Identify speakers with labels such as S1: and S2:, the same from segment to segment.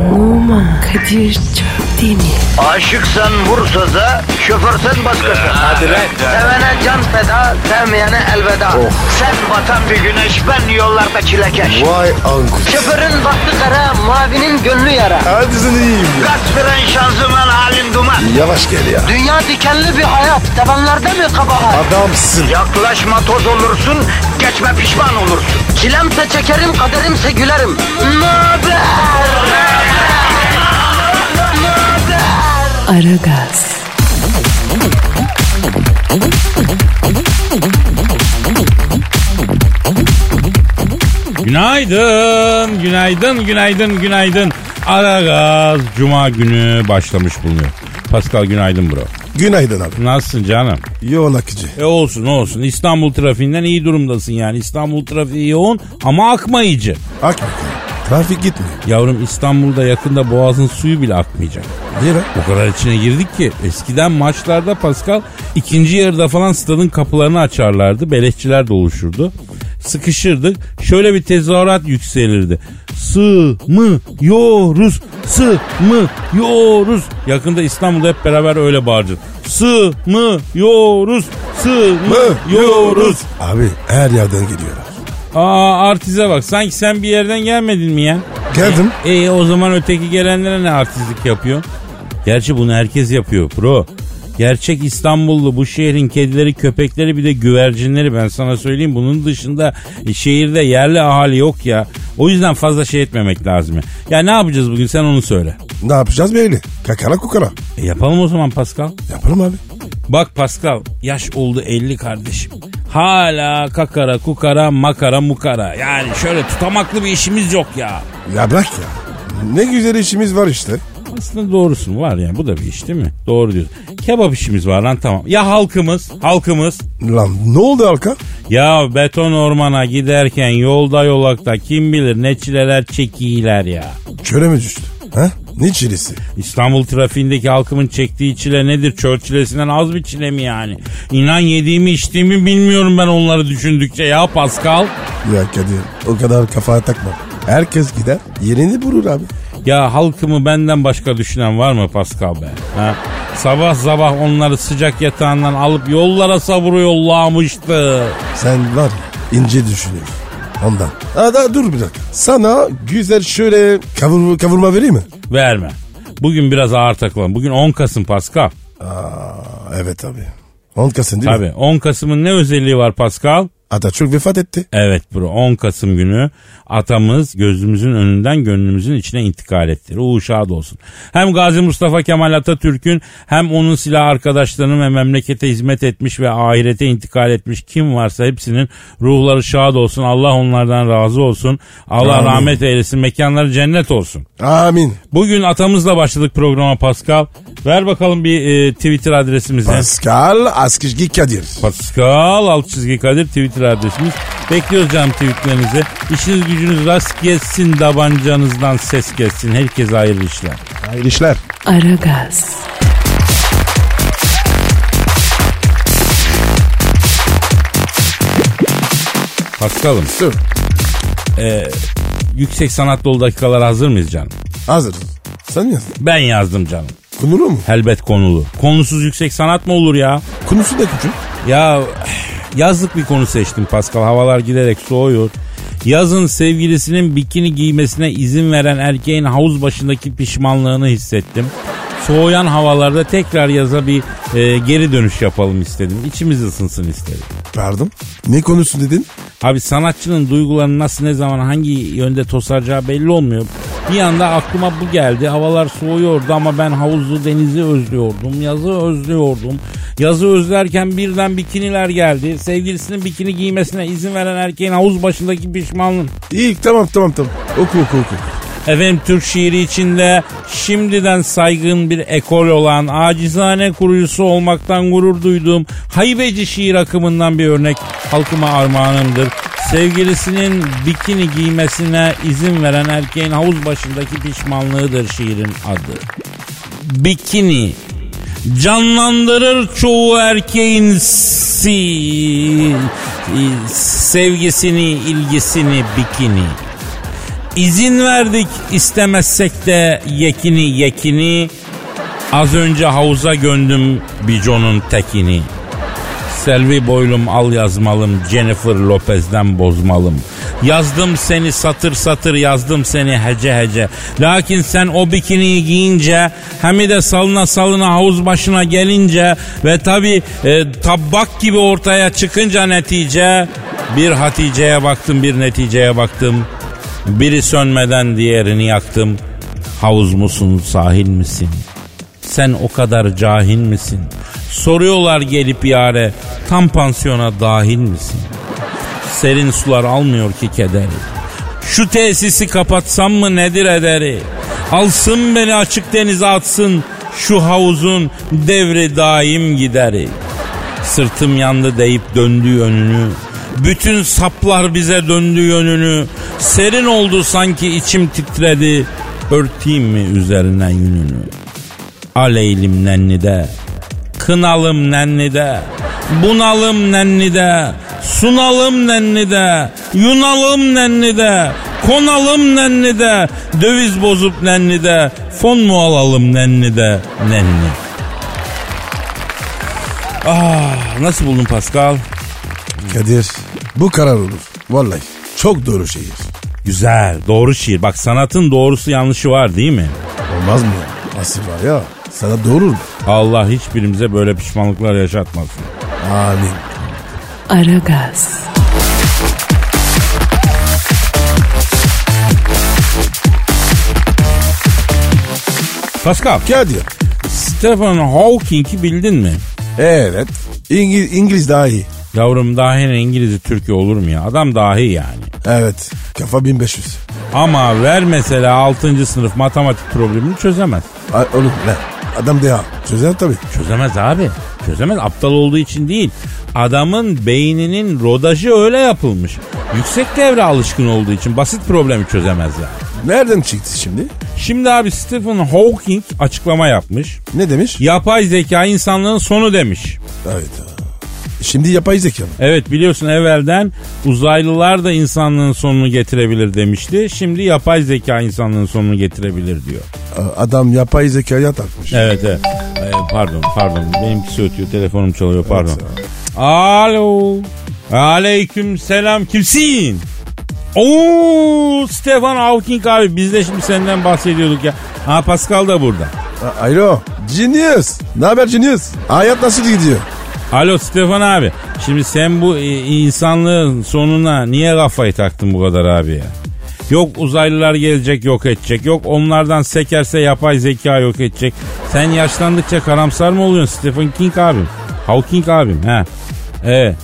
S1: Numan Kadir Çöpdemir.
S2: Aşıksan vursa da, şoförsen başkasın.
S3: Hadi lan.
S2: Sevene can feda, sevmeyene elveda. Sen batan bir güneş, ben yollarda çilekeş.
S3: Vay anku.
S2: Şoförün baktı kara, mavinin gönlü yara.
S3: Hadi sen iyiyim ya.
S2: Kasperen şanzıman halin duman.
S3: Yavaş gel ya.
S2: Dünya dikenli bir hayat, sevenlerde mi kabahar?
S3: Adamsın.
S2: Yaklaşma toz olursun, geçme pişman olursun. Çilemse çekerim, kaderimse gülerim. Möber!
S1: Aragaz.
S4: Günaydın, günaydın, günaydın, günaydın. Aragaz Cuma günü başlamış bulunuyor. Pascal günaydın bro.
S3: Günaydın abi.
S4: Nasılsın canım?
S3: Yoğun akıcı.
S4: Olsun. İstanbul trafiğinden iyi durumdasın yani. İstanbul trafiği yoğun ama akmayıcı.
S3: Akmıyor. Trafik gitmiyor.
S4: Yavrum İstanbul'da yakında boğazın suyu bile akmayacak.
S3: Niye lan?
S4: O kadar içine girdik ki eskiden maçlarda Pascal ikinci yarıda falan stadın kapılarını açarlardı. Beleşçiler de oluşurdu. Sıkışırdık. Şöyle bir tezahürat yükselirdi. Sığmıyoruz. Sığmıyoruz. Yakında İstanbul'da hep beraber öyle bağıracağız. Sığmıyoruz. Sığmıyoruz.
S3: Abi her yerden geliyorlar.
S4: Artize bak. Sanki sen bir yerden gelmedin mi ya?
S3: Geldim.
S4: O zaman öteki gelenlere ne artistlik yapıyor? Gerçi bunu herkes yapıyor bro. Gerçek İstanbullu bu şehrin kedileri, köpekleri bir de güvercinleri, ben sana söyleyeyim. Bunun dışında şehirde yerli ahali yok ya. O yüzden fazla şey etmemek lazım ya. Ya ne yapacağız bugün, sen onu söyle.
S3: Ne yapacağız belli. Kakara kukara.
S4: Yapalım o zaman Pascal.
S3: Yapalım abi.
S4: Bak Pascal, yaş oldu 50 kardeşim. Hala kakara kukara makara mukara. Yani şöyle tutamaklı bir işimiz yok ya.
S3: Ya bırak ya. Ne güzel işimiz var işte.
S4: Aslında doğrusun, var yani, bu da bir iş değil mi? Doğru diyorsun. Kebap işimiz var lan, tamam. Ya halkımız.
S3: Lan ne oldu halka?
S4: Ya beton ormana giderken yolda yolakta kim bilir ne çileler çekiyiler ya.
S3: Çöle mi düştü? Ha? Ne çilesi?
S4: İstanbul trafiğindeki halkımın çektiği çile nedir? Çöl çilesinden az bir çile mi yani? İnan yediğimi içtiğimi bilmiyorum ben onları düşündükçe ya Pascal.
S3: Ya Kadir o kadar kafaya takma. Herkes gider yerini bulur abi.
S4: Ya halkımı benden başka düşünen var mı Pascal be? Ha? Sabah onları sıcak yatağından alıp yollara saburu yollamıştı.
S3: Sen var ya ince düşünüyorsun ondan. Dur bir dakika. Sana güzel şöyle kavurma vereyim mi?
S4: Verme. Bugün biraz ağır takılalım. Bugün 10 Kasım Pascal.
S3: Evet abi. 10 Kasım değil mi?
S4: Tabii. 10 Kasım'ın ne özelliği var Pascal?
S3: Atatürk vefat etti.
S4: Evet bro, 10 Kasım günü atamız gözümüzün önünden gönlümüzün içine intikal etti. Ruhu şad olsun. Hem Gazi Mustafa Kemal Atatürk'ün hem onun silah arkadaşlarının ve memlekete hizmet etmiş ve ahirete intikal etmiş kim varsa hepsinin ruhları şad olsun. Allah onlardan razı olsun. Allah
S3: Amin.
S4: rahmet eylesin. Mekanları cennet olsun.
S3: Amin.
S4: Bugün atamızla başladık programa Pascal. Ver bakalım bir Twitter adresimizi.
S3: Pascal Askizgi Kadir.
S4: Pascal _ Kadir Twitter adresimiz. Bekliyoruz canım tweetlerinizi. İşiniz gücünüz rast gelsin, tabancanızdan ses gelsin. Herkese hayırlı işler.
S3: Hayırlı işler.
S1: Aragaz.
S4: Pascal'ım.
S3: Dur.
S4: Yüksek sanat dolu dakikalar hazır mıyız canım?
S3: Hazır. Sen yazdın.
S4: Ben yazdım canım.
S3: Konulu mu?
S4: Elbet konulu. Konusuz yüksek sanat mı olur ya?
S3: Konusu da küçük.
S4: Ya yazlık bir konu seçtim Pascal. Havalar giderek soğuyor. Yazın sevgilisinin bikini giymesine izin veren erkeğin havuz başındaki pişmanlığını hissettim. Soğuyan havalarda tekrar yaza bir geri dönüş yapalım istedim. İçimiz ısınsın istedim.
S3: Pardon? Ne konusu dedin?
S4: Abi sanatçının duygularını nasıl, ne zaman, hangi yönde tosaracağı belli olmuyor. Bir anda aklıma bu geldi. Havalar soğuyordu ama ben havuzu, denizi özlüyordum. Yazı özlüyordum. Yazı özlerken birden bikiniler geldi. Sevgilisinin bikini giymesine izin veren erkeğin havuz başındaki pişmanlığı.
S3: İyi tamam. Oku.
S4: Efendim, Türk şiiri içinde şimdiden saygın bir ekol olan, acizane kurucusu olmaktan gurur duyduğum haybeci şiir akımından bir örnek halkıma armağanımdır. Sevgilisinin bikini giymesine izin veren erkeğin havuz başındaki pişmanlığıdır şiirin adı. Bikini canlandırır çoğu erkeğin sevgisini, ilgisini bikini. İzin verdik istemezsek de yekini. Az önce havuza gömdüm biconun tekini. Selvi boylum al yazmalım, Jennifer Lopez'den bozmalım. Yazdım seni satır satır, yazdım seni hece hece. Lakin sen o bikiniyi giyince, hem de salına havuz başına gelince ve tabi tabak gibi ortaya çıkınca netice, bir Hatice'ye baktım, bir neticeye baktım. Biri sönmeden diğerini yaktım. Havuz musun, sahil misin? Sen o kadar cahil misin? Soruyorlar gelip yare, tam pansiyona dahil misin? Serin sular almıyor ki kederi. Şu tesisi kapatsam mı nedir ederi? Alsın beni açık denize atsın, şu havuzun devri daim gideri. Sırtım yandı deyip döndü yönünü. Bütün saplar bize döndü yönünü. Serin oldu sanki içim titredi. Örteyim mi üzerine yününü? Aleylim nennide, kınalım nennide, bunalım nennide, sunalım nennide, yunalım nennide, konalım nennide, döviz bozup nennide, fon mu alalım nennide, nenni. Nasıl buldun Pascal?
S3: Kadir, bu karar olur. Vallahi çok doğru şiir.
S4: Güzel, doğru şiir. Bak sanatın doğrusu yanlışı var değil mi?
S3: Olmaz mı ya? Nasıl var ya? Sana doğru mu?
S4: Allah hiçbirimize böyle pişmanlıklar yaşatmasın.
S3: Amin.
S1: Aragaz.
S4: Pascal,
S3: Kadir.
S4: Stephen Hawking'i bildin mi?
S3: Evet. İngiliz daha iyi.
S4: Yavrum dahi İngiliz'i Türkiye olur mu ya? Adam dahi yani.
S3: Evet. Kafa 1500.
S4: Ama ver mesela 6. sınıf matematik problemini çözemez.
S3: Oğlum ne? Adam deha. Çözer tabii.
S4: Çözemez abi. Çözemez. Aptal olduğu için değil. Adamın beyninin rodajı öyle yapılmış. Yüksek devre alışkın olduğu için basit problemi çözemez yani.
S3: Nereden çıktı şimdi?
S4: Şimdi abi Stephen Hawking açıklama yapmış.
S3: Ne demiş?
S4: Yapay zeka insanlığın sonu demiş.
S3: Evet. Şimdi yapay zeka mı?
S4: Evet biliyorsun evvelden uzaylılar da insanlığın sonunu getirebilir demişti. Şimdi yapay zeka insanlığın sonunu getirebilir diyor.
S3: Adam yapay zekaya takmış.
S4: Evet. Pardon. Benimkisi ötüyor. Telefonum çalıyor pardon.
S3: Evet.
S4: Alo. Aleyküm selam. Kimsin? Oo, Stephen Hawking abi. Biz de şimdi senden bahsediyorduk ya. Ha Pascal da burada.
S3: Alo. Genius. Ne haber Genius? Hayat nasıl gidiyor?
S4: Alo Stefan abi. Şimdi sen bu insanlığın sonuna niye kafayı taktın bu kadar abi ya? Yok uzaylılar gelecek yok edecek. Yok onlardan sekerse yapay zeka yok edecek. Sen yaşlandıkça karamsar mı oluyorsun Stephen King abim? Hawking abim ha? Evet.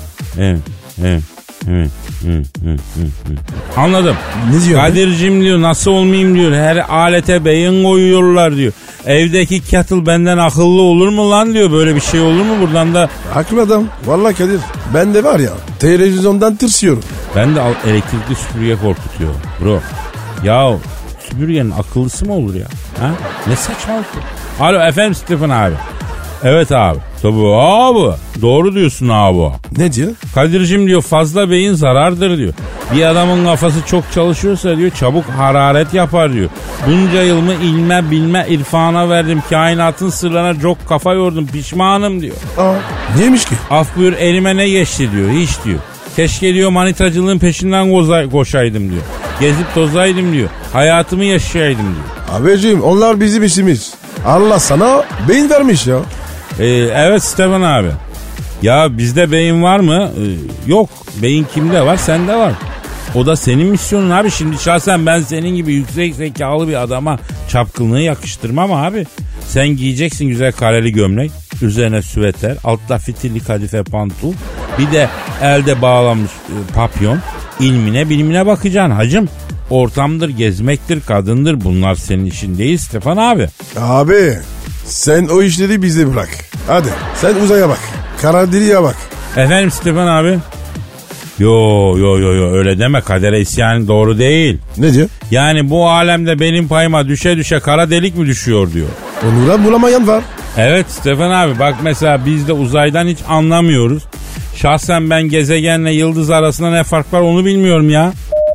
S4: Anladım.
S3: Ne diyor?
S4: Kadir'cim diyor nasıl olmayayım diyor. Her alete beyin koyuyorlar diyor. Evdeki kettle benden akıllı olur mu lan diyor. Böyle bir şey olur mu buradan da?
S3: Haklı adam. Vallahi Kadir. Ben de var ya televizyondan tırsıyorum.
S4: Ben de elektrikli süpürge korkutuyor bro. Ya süpürgenin akıllısı mı olur ya? Ha? Ne saçmalık bu? Alo efendim Stephen abi. Evet abi. Tabii abi. Doğru diyorsun abi.
S3: Ne diyor?
S4: Kadir'cim diyor fazla beyin zarardır diyor. Bir adamın kafası çok çalışıyorsa diyor çabuk hararet yapar diyor. Bunca yılımı ilme bilme irfana verdim. Kainatın sırlarına çok kafa yordum pişmanım diyor.
S3: Neymiş ki?
S4: Af buyur elime ne geçti diyor hiç diyor. Keşke diyor manitacılığın peşinden koşaydım diyor. Gezip tozaydım diyor. Hayatımı yaşayaydım diyor.
S3: Abiciğim onlar bizim işimiz. Allah sana beyin vermiş ya.
S4: Evet Stefan abi. Ya bizde beyin var mı? Yok. Beyin kimde var? Sende var. O da senin misyonun abi. Şimdi şahsen ben senin gibi yüksek zekalı bir adama çapkınlığı yakıştırmam abi. Sen giyeceksin güzel kareli gömlek. Üzerine süveter. Altta fitilli kadife pantol. Bir de elde bağlanmış papyon. İlmine bilimine bakacaksın hacım. Ortamdır, gezmektir, kadındır. Bunlar senin işin değil Stefan abi.
S3: Abi sen o işleri bize bırak. Hadi sen uzaya bak. Kara deliğe bak.
S4: Efendim Stefan abi? Yo öyle deme, kadere isyan doğru değil.
S3: Ne diyor?
S4: Yani bu alemde benim payıma düşe kara delik mi düşüyor diyor.
S3: Onu da bulamayan var.
S4: Evet Stefan abi bak mesela biz de uzaydan hiç anlamıyoruz. Şahsen ben gezegenle yıldız arasında ne fark var onu bilmiyorum ya.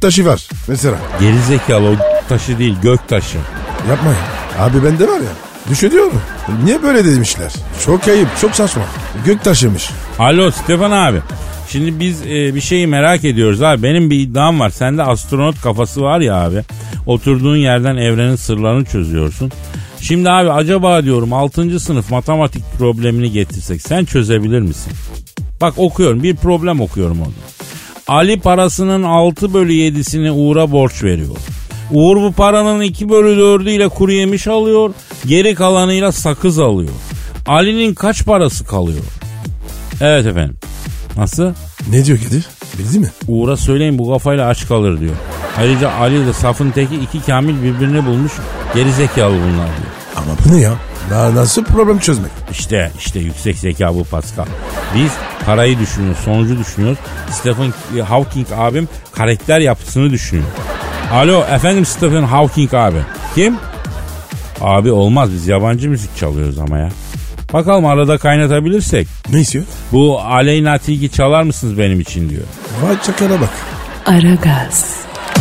S3: taşı var mesela.
S4: Gerizekalı o taşı değil gök taşı.
S3: Yapma ya. Abi bende var ya. Düşünüyorum. Niye böyle demişler? Çok ayıp, çok saçma. Gök taşıymış.
S4: Alo Stefan abi. Şimdi biz bir şeyi merak ediyoruz abi. Benim bir iddiam var. Sende astronot kafası var ya abi. Oturduğun yerden evrenin sırlarını çözüyorsun. Şimdi abi acaba diyorum 6. sınıf matematik problemini getirsek sen çözebilir misin? Bak okuyorum, bir problem okuyorum orada. Ali parasının 6/7'sini Uğur'a borç veriyor. Uğur bu paranın 2/4'ü ile kuru yemiş alıyor. Geri kalanıyla sakız alıyor. Ali'nin kaç parası kalıyor? Evet efendim. Nasıl?
S3: Ne diyor Kadir? Bildi mi?
S4: Uğur'a söyleyin bu kafayla aç kalır diyor. Ayrıca Ali de safın teki 2 kamil birbirini bulmuş. Gerizekalı bunlar diyor.
S3: Ama bu ne ya? Daha nasıl problem çözmek?
S4: İşte yüksek zeka bu Pascal. Biz parayı düşünüyoruz, sonucu düşünüyoruz. Stephen Hawking abim karakter yapısını düşünüyor. Alo efendim Stephen Hawking abi. Kim? Abi olmaz, biz yabancı müzik çalıyoruz ama ya. Bakalım arada kaynatabilirsek.
S3: Ne istiyor?
S4: Bu Aleyna Tilki çalar mısınız benim için diyor.
S3: Vay çakara bak.
S1: Aragaz.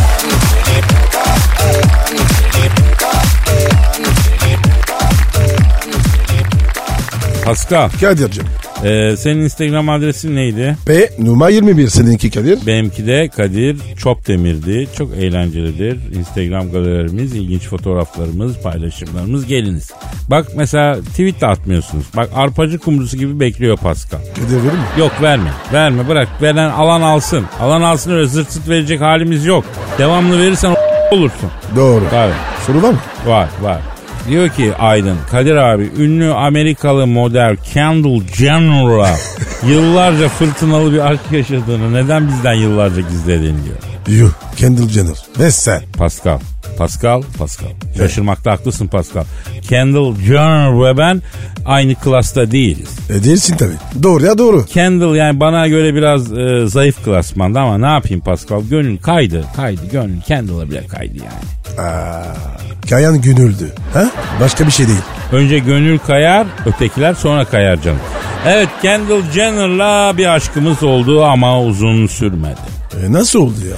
S4: Pascal.
S3: Kadir'cim.
S4: Senin Instagram adresin neydi?
S3: P numara 21 seninki Kadir.
S4: Benimki de Kadir Çopdemir'di. Çok eğlencelidir. Instagram galerilerimiz, ilginç fotoğraflarımız, paylaşımlarımız, geliniz. Bak mesela tweet de atmıyorsunuz. Bak arpacı kumrusu gibi bekliyor Pascal.
S3: Kadir verir mi?
S4: Yok verme bırak. Veren alan alsın. Alan alsın, öyle zırt zırt verecek halimiz yok. Devamlı verirsen olursun.
S3: Doğru.
S4: Tabii.
S3: Soru var mı?
S4: Var. Diyor ki Aydın, Kadir abi ünlü Amerikalı model Kendall Jenner'la yıllarca fırtınalı bir aşk yaşadığını neden bizden yıllarca gizledin diyor.
S3: Yuh, Kendall Jenner. Ve sen.
S4: Pascal. Şaşırmakta haklısın Pascal. Kendall Jenner ve ben aynı klasta değiliz.
S3: Değilsin tabii. Doğru ya doğru.
S4: Kendall yani bana göre biraz zayıf klasmanda ama ne yapayım Pascal? Gönül kaydı. Gönül Kendall'a bile kaydı yani.
S3: Kayan gönüldü. Ha? Başka bir şey değil.
S4: Önce gönül kayar, ötekiler sonra kayar canım. Evet, Kendall Jenner'la bir aşkımız oldu ama uzun sürmedi.
S3: Nasıl oldu ya?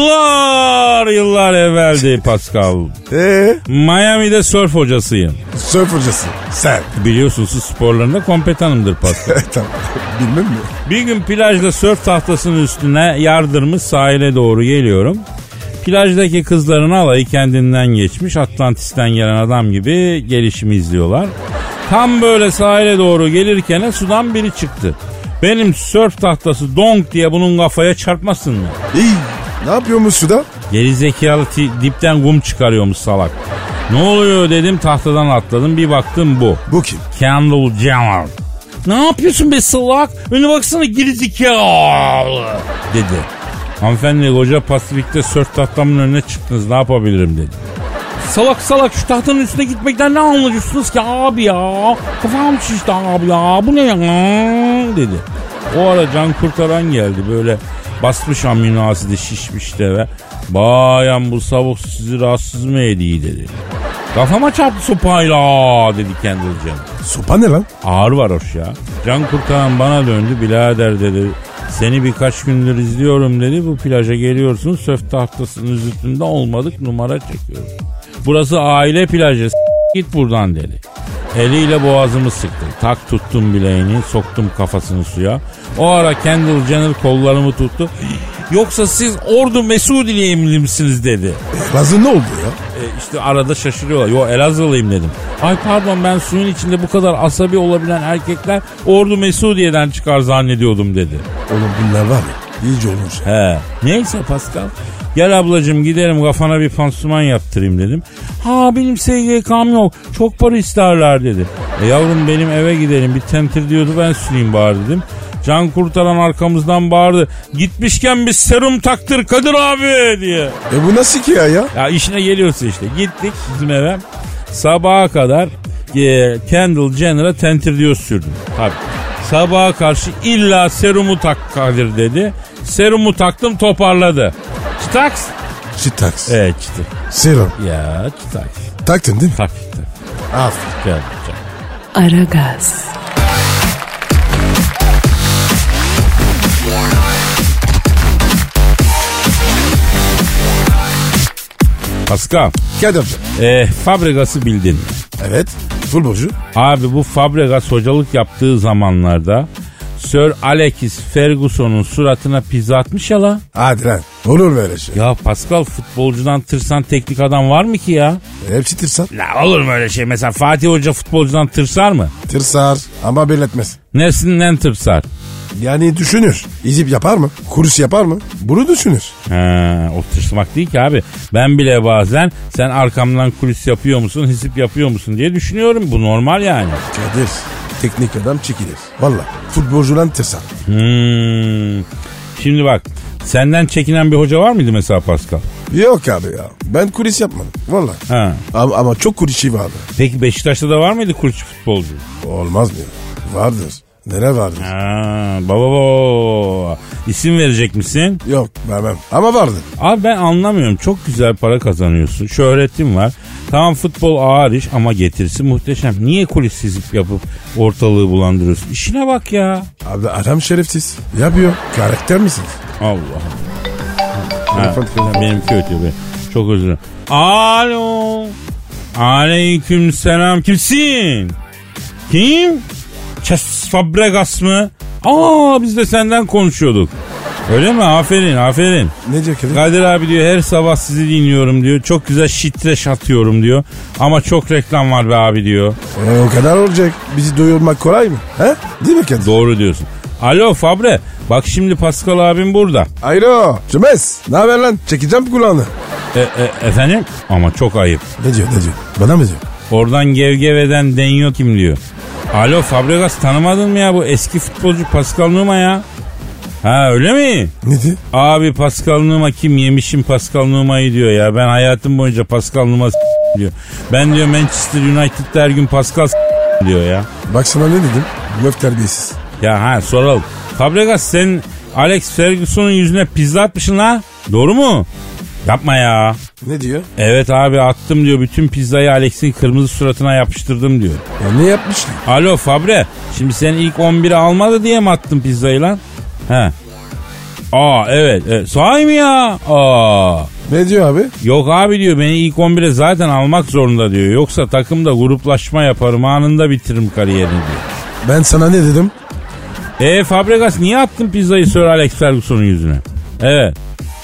S4: Yıllar evveldi Pascal. Miami'de sörf hocasıyım.
S3: Sörf hocası. Sen.
S4: Biliyorsun su sporlarında kompetanımdır Pascal.
S3: Tamam. Bilmem mi?
S4: Bir gün plajda sörf tahtasının üstüne yardırmış sahile doğru geliyorum. Plajdaki kızların alayı kendinden geçmiş, Atlantis'ten gelen adam gibi gelişimi izliyorlar. Tam böyle sahile doğru gelirken sudan biri çıktı. Benim sörf tahtası donk diye bunun kafaya çarpmasın mı?
S3: İyi. Ne yapıyormuş suda?
S4: Gerizekalı dipten kum çıkarıyormuş salak. Ne oluyor dedim, tahtadan atladım, bir baktım bu.
S3: Bu kim?
S4: Kendall Jenner. Ne yapıyorsun be salak? Önüne baksana gerizekalı dedi. Hanımefendi, koca Pasifik'te sörf tahtamın önüne çıktınız, ne yapabilirim dedi. Salak şu tahtanın üstüne gitmekten ne anlıyorsunuz ki abi ya? Kafam şişti abi ya, bu ne ya dedi. O ara can kurtaran geldi, böyle basmış amino asidi, şişmiş de ve bayan bu savuk sizi rahatsız mı ediyor dedi. Kafama çarptı sopayla dedi Kendall Jenner.
S3: Sopa ne lan?
S4: Ağır varoş ya. Can kurtaran bana döndü, birader dedi. Seni birkaç gündür izliyorum dedi. Bu plaja geliyorsun, sörf tahtasının üstünde olmadık, numara çekiyoruz. Burası aile plajı, git buradan dedi. Eliyle boğazımı sıktı. Tak tuttum bileğini, soktum kafasını suya. O ara Kendall Jenner kollarımı tuttu. Yoksa siz Ordu Mesudili misiniz dedi.
S3: Elazığ ne oldu ya?
S4: İşte arada şaşırıyorlar. Yo, Elazığlıyım dedim. Ay pardon, ben suyun içinde bu kadar asabi olabilen erkekler Ordu Mesudiye'den çıkar zannediyordum dedi.
S3: Oğlum bunlar var ya, iyice olmuş.
S4: He. Neyse Pascal. Gel ablacığım gidelim, kafana bir pansuman yaptırayım dedim. Ha benim SGK'm yok, çok para isterler dedi. Yavrum benim eve gidelim, bir tentir diyordu, ben süreyim bari dedim. Can kurtaran arkamızdan bağırdı. Gitmişken bir serum taktır Kadir abi diye.
S3: Bu nasıl ki ya?
S4: Ya işine geliyorsa işte. Gittik bizim eve. Sabaha kadar Kendall Jenner'a tentir diyor sürdüm. Tabii. Sabaha karşı illa serumu tak Kadir dedi. Serumu taktım, toparladı. Çıtaks.
S3: Çıtaks.
S4: Evet çıtır.
S3: Serum.
S4: Ya çıtaks.
S3: Taktın değil mi?
S4: Tak.
S3: Aferin.
S4: Gel.
S1: Aragaz.
S4: Pascal.
S3: Kadir'cim.
S4: Fabregas'ı bildin mi?
S3: Evet. Futbolcu.
S4: Abi bu Fabregas hocalık yaptığı zamanlarda Sir Alex Ferguson'un suratına pizza atmış ya la.
S3: Hadi lan. Olur böyle şey.
S4: Ya Pascal, futbolcudan tırsan teknik adam var mı ki ya?
S3: Hepsi tırsar.
S4: La olur mu öyle şey? Mesela Fatih Hoca futbolcudan tırsar mı?
S3: Tırsar ama belirtmez.
S4: Nesinden tırsar?
S3: Yani düşünür. İzip yapar mı? Kurs yapar mı? Bunu düşünür.
S4: O tırsmak değil ki abi. Ben bile bazen sen arkamdan kulis yapıyor musun, hizip yapıyor musun diye düşünüyorum. Bu normal yani.
S3: Kadir. Teknik adam çekilir. Valla. Futbolcudan tırsar.
S4: Şimdi bak. Senden çekinen bir hoca var mıydı mesela Pascal?
S3: Yok abi ya. Ben kulis yapmadım. Valla. Ama çok kulisi vardı.
S4: Peki Beşiktaş'ta da var mıydı kulisçi futbolcu?
S3: Olmaz mı ya? Vardır. Nere vardır?
S4: Baba. İsim verecek misin?
S3: Yok vermem. Ama vardı.
S4: Abi ben anlamıyorum. Çok güzel para kazanıyorsun. Şöhretin var. Tamam, futbol ağır iş ama getirisi muhteşem. Niye kulissizlik yapıp ortalığı bulandırıyorsun? İşine bak ya.
S3: Abi adam şerefsiz. Yapıyor. Karakter misiniz?
S4: Allah Allah. Benimki ötüyor. Çok özür dilerim. Alo. Aleyküm selam. Kimsin? Kim? Fabregas mı? Biz de senden konuşuyorduk. Öyle mi? Aferin.
S3: Ne diyor Kadir?
S4: Kadir abi diyor, her sabah sizi dinliyorum diyor. Çok güzel şitreş atıyorum diyor. Ama çok reklam var be abi diyor.
S3: O kadar olacak. Bizi doyurmak kolay mı? He? Değil mi Kadir?
S4: Doğru diyorsun. Alo Fabre. Bak şimdi Pascal abim burada.
S3: Alo. Cümez. Ne haber lan? Çekeceğim kulağını.
S4: Efendim? Ama çok ayıp.
S3: Ne diyor? Bana mı diyor?
S4: Oradan gevgeveden deniyor kim diyor. Alo Fabregas, tanımadın mı ya, bu eski futbolcu Pascal Numa ya? Ha öyle mi?
S3: Ne diyor?
S4: Abi Pascal Numa kim, yemişim Pascal Numa'yı diyor ya. Ben hayatım boyunca Pascal Numa diyor. Ben diyor Manchester United'da her gün Pascal diyor ya.
S3: Bak sana ne dedim? Göf terbiyesiz.
S4: Ya soralım. Fabregas, sen Alex Ferguson'un yüzüne pizza atmışsın la. Doğru mu? Yapma ya.
S3: Ne diyor?
S4: Evet abi, attım diyor. Bütün pizzayı Alex'in kırmızı suratına yapıştırdım diyor.
S3: Ya ne yapmış ki?
S4: Alo Fabre. Şimdi sen ilk 11'i almadı diye mi attın pizzayı lan? He. Evet. Sahi mi ya?
S3: Ne diyor abi?
S4: Yok abi diyor, beni ilk 11'e zaten almak zorunda diyor. Yoksa takımda gruplaşma yaparım, anında bitiririm kariyerini diyor.
S3: Ben sana ne dedim?
S4: Fabregas, niye attın pizzayı Sir Alex Ferguson'un yüzüne? Evet.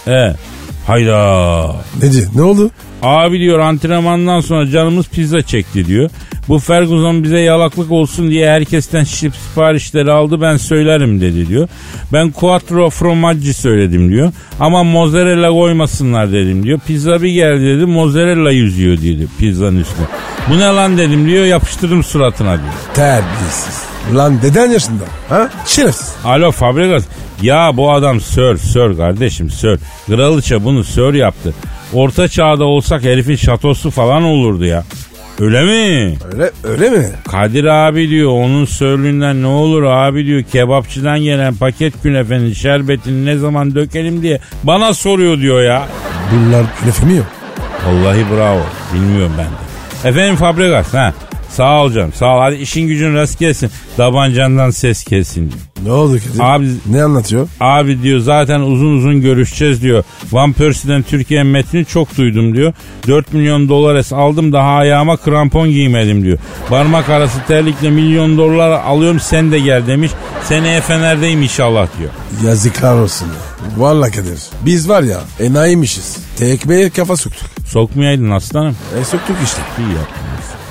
S4: Hayda.
S3: Ne diyor? Ne oldu?
S4: Abi diyor, antrenmandan sonra canımız pizza çekti diyor. Bu Ferguson bize yalaklık olsun diye herkesten şişip siparişleri aldı, ben söylerim dedi diyor. Ben quattro formaggi söyledim diyor. Ama mozzarella koymasınlar dedim diyor. Pizza bir geldi dedi, mozzarella yüzüyor dedi pizzanın üstüne. Bu ne lan dedim diyor, yapıştırdım suratına diyor.
S3: Terbiyesiz. Lan deden yaşında. Ha? Şerefsiz.
S4: Alo Fabregas. Ya bu adam sör kardeşim, sör. Kraliçe bunu sör yaptı. Orta çağda olsak herifin şatosu falan olurdu ya. Öyle mi?
S3: Öyle mi?
S4: Kadir abi diyor, onun sörlüğünden ne olur abi diyor. Kebapçıdan gelen paket künefenin şerbetini ne zaman dökelim diye bana soruyor diyor ya.
S3: Bunlar künefe mi yok?
S4: Vallahi bravo. Bilmiyorum ben de. Efendim Fabregas, sağ ol canım, sağ ol. Hadi işin gücün rast gelsin. Tabancandan ses kelsin diyor.
S3: Ne oldu Kadir?
S4: Abi,
S3: ne anlatıyor?
S4: Abi diyor, zaten uzun görüşeceğiz diyor. Van Persie'den Türkiye metnini çok duydum diyor. 4 milyon dolar aldım, daha ayağıma krampon giymedim diyor. Parmak arası terlikle $1 milyon alıyorum, sen de gel demiş. Seneye Fener'deyim inşallah diyor.
S3: Yazıklar olsun ya. Vallahi Kadir. Biz var ya enayiymişiz. Tekmeye kafa soktuk.
S4: Sokmayaydın aslanım.
S3: Soktuk işte.
S4: İyi yaptın.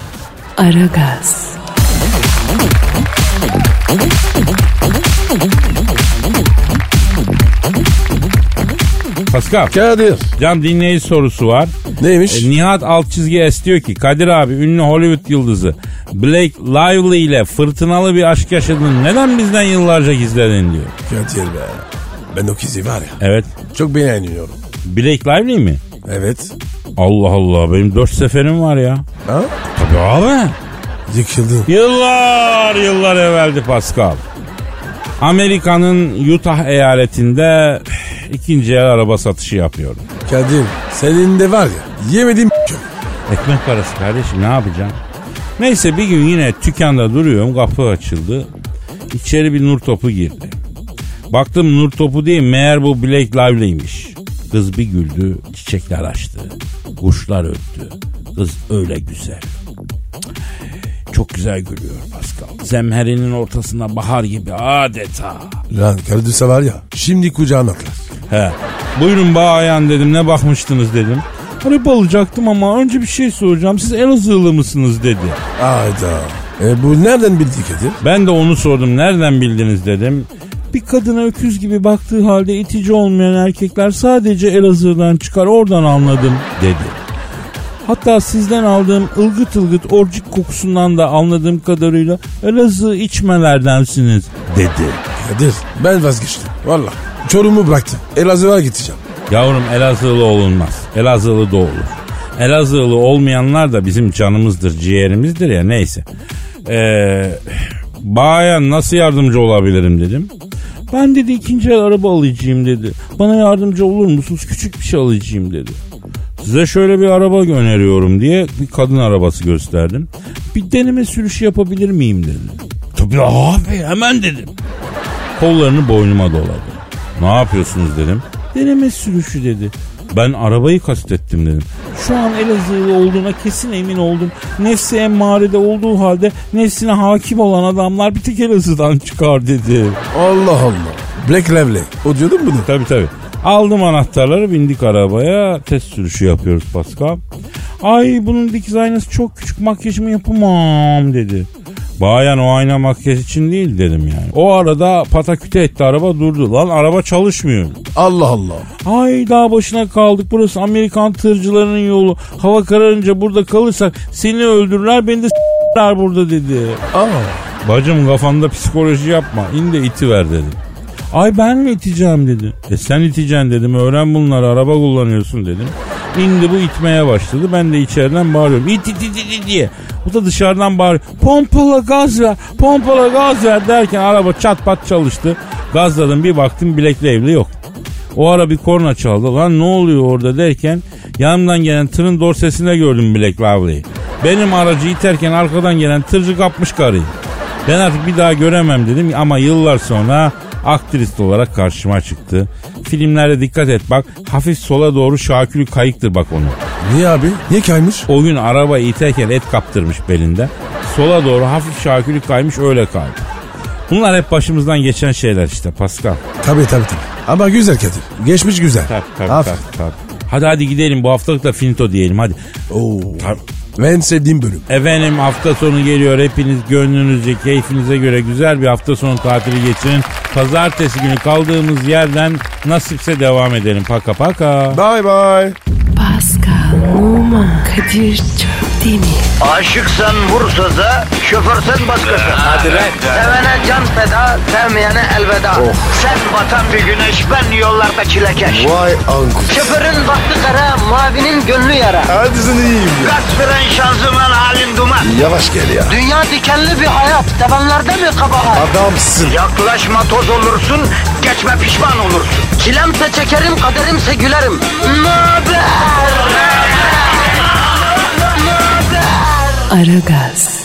S1: Aragaz.
S4: Pascal.
S3: Kadir.
S4: Can, dinleyici sorusu var.
S3: Neymiş?
S4: Nihat _S diyor ki, Kadir abi, ünlü Hollywood yıldızı Blake Lively ile fırtınalı bir aşk yaşadın, neden bizden yıllarca gizledin diyor.
S3: Kadir be. Ben o kızı var ya.
S4: Evet.
S3: Çok beğeniyorum.
S4: Blake Lively mi?
S3: Evet.
S4: Allah Allah, benim 4 seferim var ya.
S3: Ha?
S4: Tabii abi.
S3: Yıkıldın.
S4: Yıllar evveldi Pascal. Amerika'nın Utah eyaletinde ikinci el araba satışı yapıyorum.
S3: Kadir, senin de var ya, yemediğim yok.
S4: Ekmek parası kardeşim, ne yapacağım? Neyse, bir gün yine dükkanda duruyorum, kapı açıldı. İçeri bir nur topu girdi. Baktım nur topu değil, meğer bu Blake Lively'ymiş. Kız bir güldü, çiçekler açtı. kuşlar öttü. Kız öyle güzel. Çok güzel gülüyor Pascal. Zemherinin ortasında bahar gibi adeta.
S3: Lan karıdısa var ya şimdi kucağına atlar.
S4: He. Buyurun bayan dedim, ne bakmıştınız dedim. Araba alacaktım ama önce bir şey soracağım. Siz Elazığlı mısınız dedi.
S3: Hayda. Bu nereden bildik Kadir?
S4: Ben de onu sordum, nereden bildiniz dedim. Bir kadına öküz gibi baktığı halde itici olmayan erkekler sadece Elazığ'dan çıkar, oradan anladım dedi. Hatta sizden aldığım ılgıt ılgıt orcik kokusundan da anladığım kadarıyla Elazığ içmelerdensiniz dedi.
S3: Kadir ben vazgeçtim valla. Çorum'u bıraktım. Elazığ'a gideceğim.
S4: Yavrum Elazığlı olunmaz. Elazığlı da olur. Elazığlı olmayanlar da bizim canımızdır, ciğerimizdir ya, neyse. Bayan nasıl yardımcı olabilirim dedim. Ben dedi ikinci el araba alacağım dedi. Bana yardımcı olur musunuz? Küçük bir şey alacağım dedi. Size şöyle bir araba öneriyorum diye bir kadın arabası gösterdim. Bir deneme sürüşü yapabilir miyim dedi. Tabii abi hemen dedim. Kollarını boynuma doladı. Ne yapıyorsunuz dedim. Deneme sürüşü dedi. Ben arabayı kastettim dedim. Şu an Elazığlı olduğuna kesin emin oldum. Nefsi emmarede olduğu halde nefsine hakim olan adamlar bir tek Elazığ'dan çıkar dedi.
S3: Allah Allah. Black Lively. O diyordun bunu.
S4: Tabii. Aldım anahtarları, bindik arabaya, test sürüşü yapıyoruz Pascal. Ay bunun dikiz aynası çok küçük, makyajımı yapamam dedi. Bayan o ayna makyaj için değil dedim yani. O arada pataküte etti, araba durdu. Lan araba çalışmıyor.
S3: Allah Allah.
S4: Ay dağ başına kaldık, burası Amerikan tırcılarının yolu. Hava kararınca burada kalırsak seni öldürürler, beni de s**ler burada dedi. Bacım kafanda psikoloji yapma, in de iti ver dedi. Ay ben mi iteceğim dedi. Sen iteceksin dedim, öğren bunları, araba kullanıyorsun dedim. İndi bu itmeye başladı, ben de içeriden bağırıyorum. İt diye. O da dışarıdan bağırıyor. Pompala gaz ver derken araba çat pat çalıştı. Gazladım, bir baktım Black Lively yok. O ara bir korna çaldı. Lan ne oluyor orada derken yanımdan gelen tırın dorsesinde gördüm Black Lively'yi. Benim aracı iterken arkadan gelen tırcı kapmış karıyı. Ben artık bir daha göremem dedim ama yıllar sonra aktrist olarak karşıma çıktı. Filmlerde dikkat et bak, hafif sola doğru şakülü kayıktır bak onu.
S3: Niye abi? Niye kaymış?
S4: O gün arabayı iterken et kaptırmış belinde. Sola doğru hafif şakülü kaymış, öyle kaldı. Bunlar hep başımızdan geçen şeyler işte Pascal.
S3: Tabii. Ama güzel Kadir. Geçmiş güzel.
S4: Tabii. Hadi gidelim, bu haftalık da finito diyelim hadi.
S3: En sevdiğim bölüm.
S4: Efendim hafta sonu geliyor, hepiniz gönlünüzce keyfinize göre güzel bir hafta sonu tatili geçirin. Pazartesi günü kaldığımız yerden nasipse devam edelim. Paka.
S3: Bye bye.
S1: Pascal, Oman, Kadir çok değil mi?
S2: Aşıksan vursa da, şoförsen başkasın. Hadi
S3: lan.
S2: Sevene can feda, sevmeyene elveda. Sen batan bir güneş, ben yollarda çilekeş.
S3: Vay anku.
S2: Şoförün baktı kara, mavinin gönlü yara.
S3: Hadi sen iyiyim ya.
S2: Kasperen şanzıman halin duman.
S3: Yavaş gel ya.
S2: Dünya dikenli bir hayat, sevenlerde mi kabahar?
S3: Adamsın.
S2: Yaklaşma toz olursun, geçme pişman olursun. Çilemse çekerim, kaderimse gülerim. Möber!
S1: Aragaz.